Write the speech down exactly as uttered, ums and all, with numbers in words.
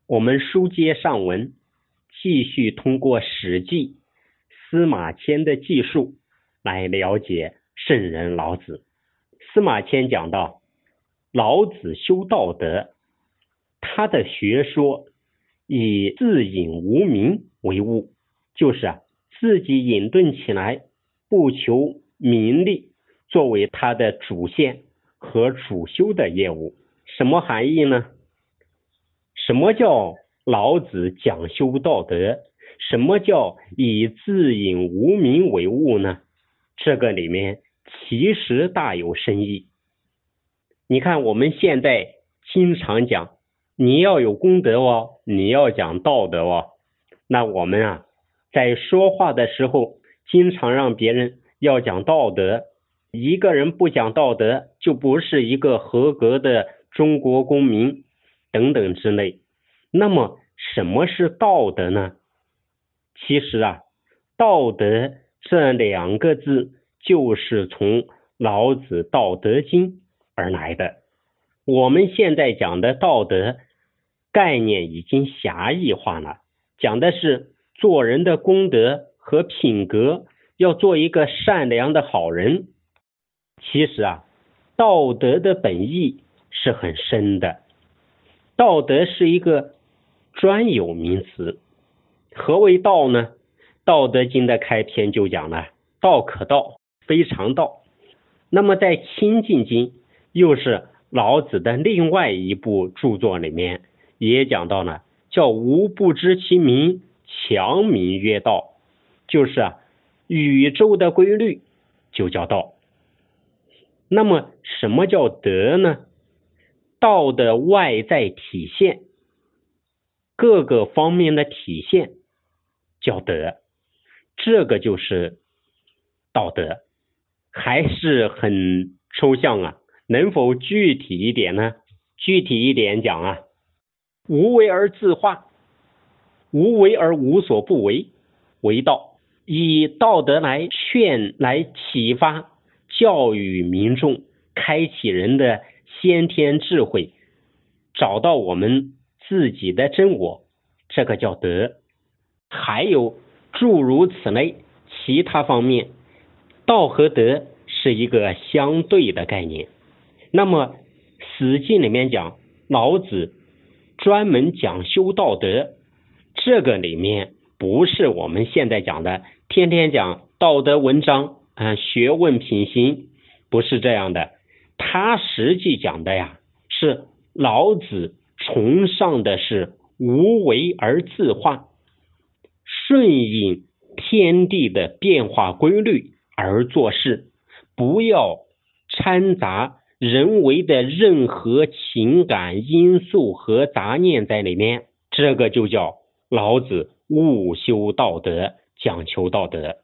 我们书接上文，继续通过《史记》司马迁的记述来了解圣人老子。司马迁讲到，老子修道德，他的学说以自隐无名为务，就是啊，自己隐遁起来，不求名利，作为他的主线和主修的业务。什么含义呢？什么叫老子讲修道德？什么叫以自隐无名为务呢？这个里面其实大有深意。你看我们现在经常讲你要有功德哦，你要讲道德哦。那我们啊在说话的时候经常让别人要讲道德，一个人不讲道德就不是一个合格的中国公民等等之类。那么什么是道德呢？其实啊，道德这两个字就是从老子道德经而来的。我们现在讲的道德概念已经狭义化了，讲的是做人的功德和品格，要做一个善良的好人。其实啊，道德的本意是很深的。道德是一个专有名词。何为道呢？道德经的开篇就讲了，道可道，非常道。那么在亲近经，又是老子的另外一部著作里面也讲到了，叫无不知其名，强名曰道，就是啊，宇宙的规律就叫道。那么什么叫德呢？道的外在体现，各个方面的体现叫德，这个就是道德。还是很抽象啊，能否具体一点呢？具体一点讲啊，无为而自化，无为而无所不为，为道。以道德来劝，来启发教育民众，开启人的先天智慧，找到我们自己的真我，这个叫德。还有诸如此类其他方面，道和德是一个相对的概念。那么史记里面讲老子专门讲修道德，这个里面不是我们现在讲的天天讲道德文章、呃、学问品行，不是这样的。他实际讲的呀，是老子崇尚的是无为而自化，顺应天地的变化规律而做事，不要掺杂人为的任何情感因素和杂念在里面，这个就叫老子务修道德，讲求道德。